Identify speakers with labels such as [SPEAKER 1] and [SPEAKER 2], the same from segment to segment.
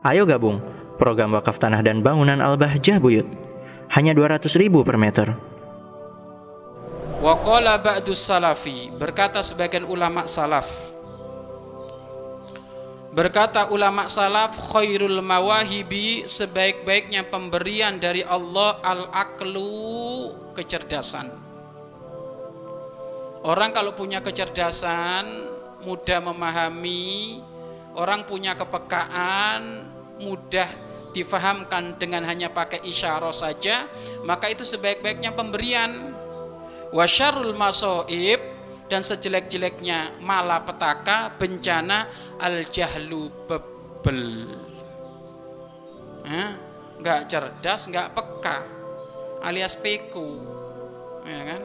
[SPEAKER 1] Ayo gabung program wakaf tanah dan bangunan Al-Bahjah Buyut. Hanya 200.000 per meter.
[SPEAKER 2] Wa qala ba'dus salafi, berkata sebagian ulama salaf. Berkata ulama salaf, khairul mawahibi, sebaik-baiknya pemberian dari Allah al-aqlu, kecerdasan. Orang kalau punya kecerdasan, mudah memahami, orang punya kepekaan, mudah difahamkan dengan hanya pakai isyarah saja, maka itu sebaik-baiknya pemberian. Wa syarrul masoib, dan sejelek-jeleknya malapetaka, bencana, al-jahlu, bebel. Nggak cerdas, nggak peka, alias peku, ya kan?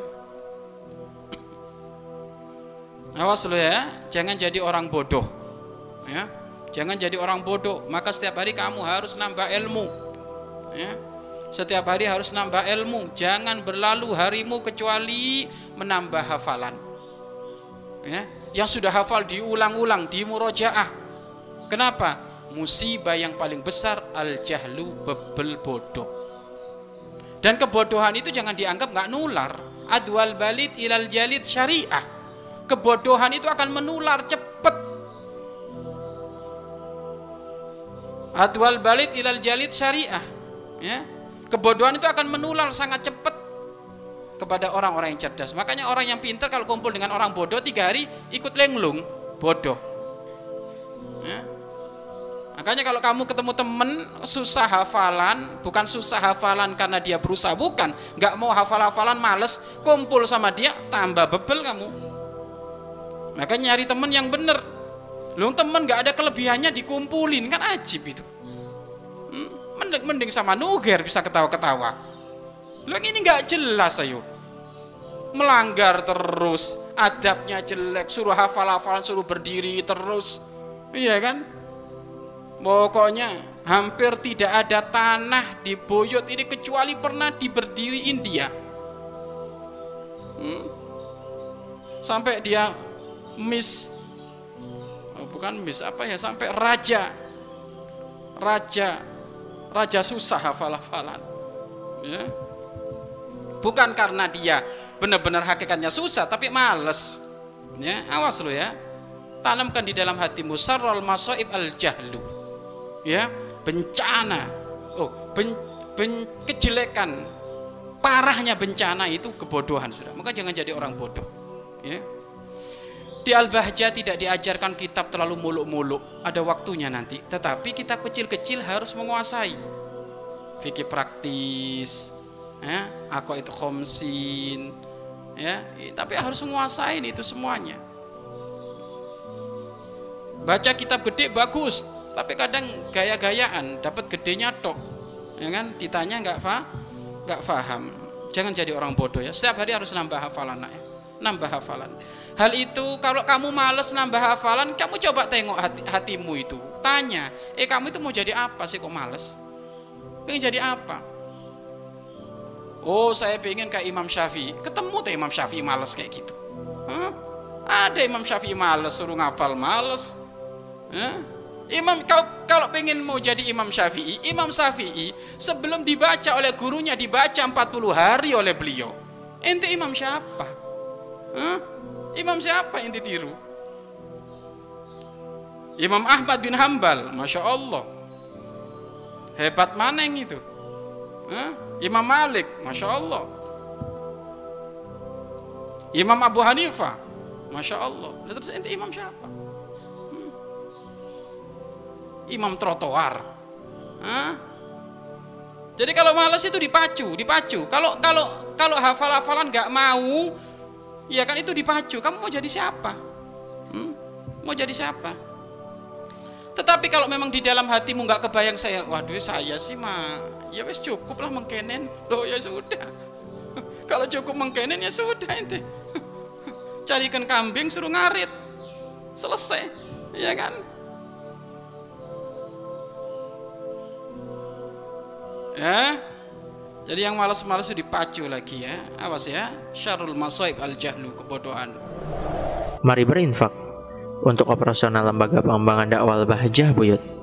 [SPEAKER 2] Awas lo ya, jangan jadi orang bodoh, ya. Jangan jadi orang bodoh. Maka setiap hari kamu harus nambah ilmu, ya. Setiap hari harus nambah ilmu. Jangan berlalu harimu kecuali menambah hafalan, ya. Yang sudah hafal diulang-ulang, di murojaah. Kenapa? Musibah yang paling besar al-jahlu, bebel, bodoh. Dan kebodohan itu jangan dianggap nggak nular. Adwal balid ilal jalid syariah. Kebodohan itu akan menular cepat. Adwal balid ilal jalid syariah, ya. Kebodohan itu akan menular sangat cepat kepada orang-orang yang cerdas. Makanya orang yang pintar kalau kumpul dengan orang bodoh 3 hari ikut lenglung, bodoh, ya. Makanya kalau kamu ketemu temen susah hafalan, bukan susah hafalan karena dia berusaha, bukan, nggak mau hafal-hafalan, males, kumpul sama dia tambah bebel kamu. Makanya nyari temen yang bener. Lu temen gak ada kelebihannya dikumpulin, kan ajib itu. Mending sama Nuger bisa ketawa-ketawa. Lu yang ini gak jelas, ayo. Melanggar terus, adabnya jelek, suruh hafal-hafalan, suruh berdiri terus. Iya kan? Pokoknya hampir tidak ada tanah di Buyut ini kecuali pernah diberdiriin dia. Sampai dia sampai raja susah hafal-hafalan, ya. Bukan karena dia benar-benar hakikatnya susah, tapi males, ya. Awas lo ya, tanamkan di dalam hatimu sarral masoib al-jahlu, ya, bencana, kejelekan, parahnya bencana itu kebodohan sudah. Maka jangan jadi orang bodoh, ya. Di Al-Bahjah tidak diajarkan kitab terlalu muluk-muluk, ada waktunya nanti. Tetapi kitab kecil-kecil harus menguasai. Fikih praktis, ya, aqaid khomsin, ya, tapi harus menguasai itu semuanya. Baca kitab gede bagus, tapi kadang gaya-gayaan, dapat gedenya tok, ya kan? Ditanya nggak paham. Jangan jadi orang bodoh ya. Setiap hari harus nambah hafalan, ya. Nambah hafalan. Hal itu kalau kamu males nambah hafalan, kamu coba tengok hatimu itu. Tanya, kamu itu mau jadi apa sih kok males? Pengen jadi apa? Oh, saya pengen kayak Imam Syafi'i. Ketemu tuh Imam Syafi'i males kayak gitu. Ada Imam Syafi'i males, suruh ngafal males. Kalau pengen mau jadi Imam Syafi'i sebelum dibaca oleh gurunya dibaca 40 hari oleh beliau. Ente imam siapa? Imam siapa yang ditiru? Imam Ahmad bin Hambal, Masya Allah, hebat mana yang itu? Imam Malik, Masya Allah. Imam Abu Hanifah, Masya Allah. Terus ente imam siapa? Imam trotoar. Jadi kalau malas itu dipacu. Kalau hafal-hafalan nggak mau, ya kan itu dipacu. Kamu mau jadi siapa? Mau jadi siapa? Tetapi kalau memang di dalam hatimu nggak kebayang saya sih ya wes cukup lah mengkenen. Loh ya sudah. Kalau cukup mengkenen ya sudah ente. Carikan kambing suruh ngarit. Selesai. Ya kan? Ya. Jadi yang malas-malas itu dipacu lagi ya. Awas ya. Syarrul masoib al-jahlu, kebodohan.
[SPEAKER 1] Mari berinfak untuk operasional lembaga pengembangan dakwah Al-Bahjah Buyut.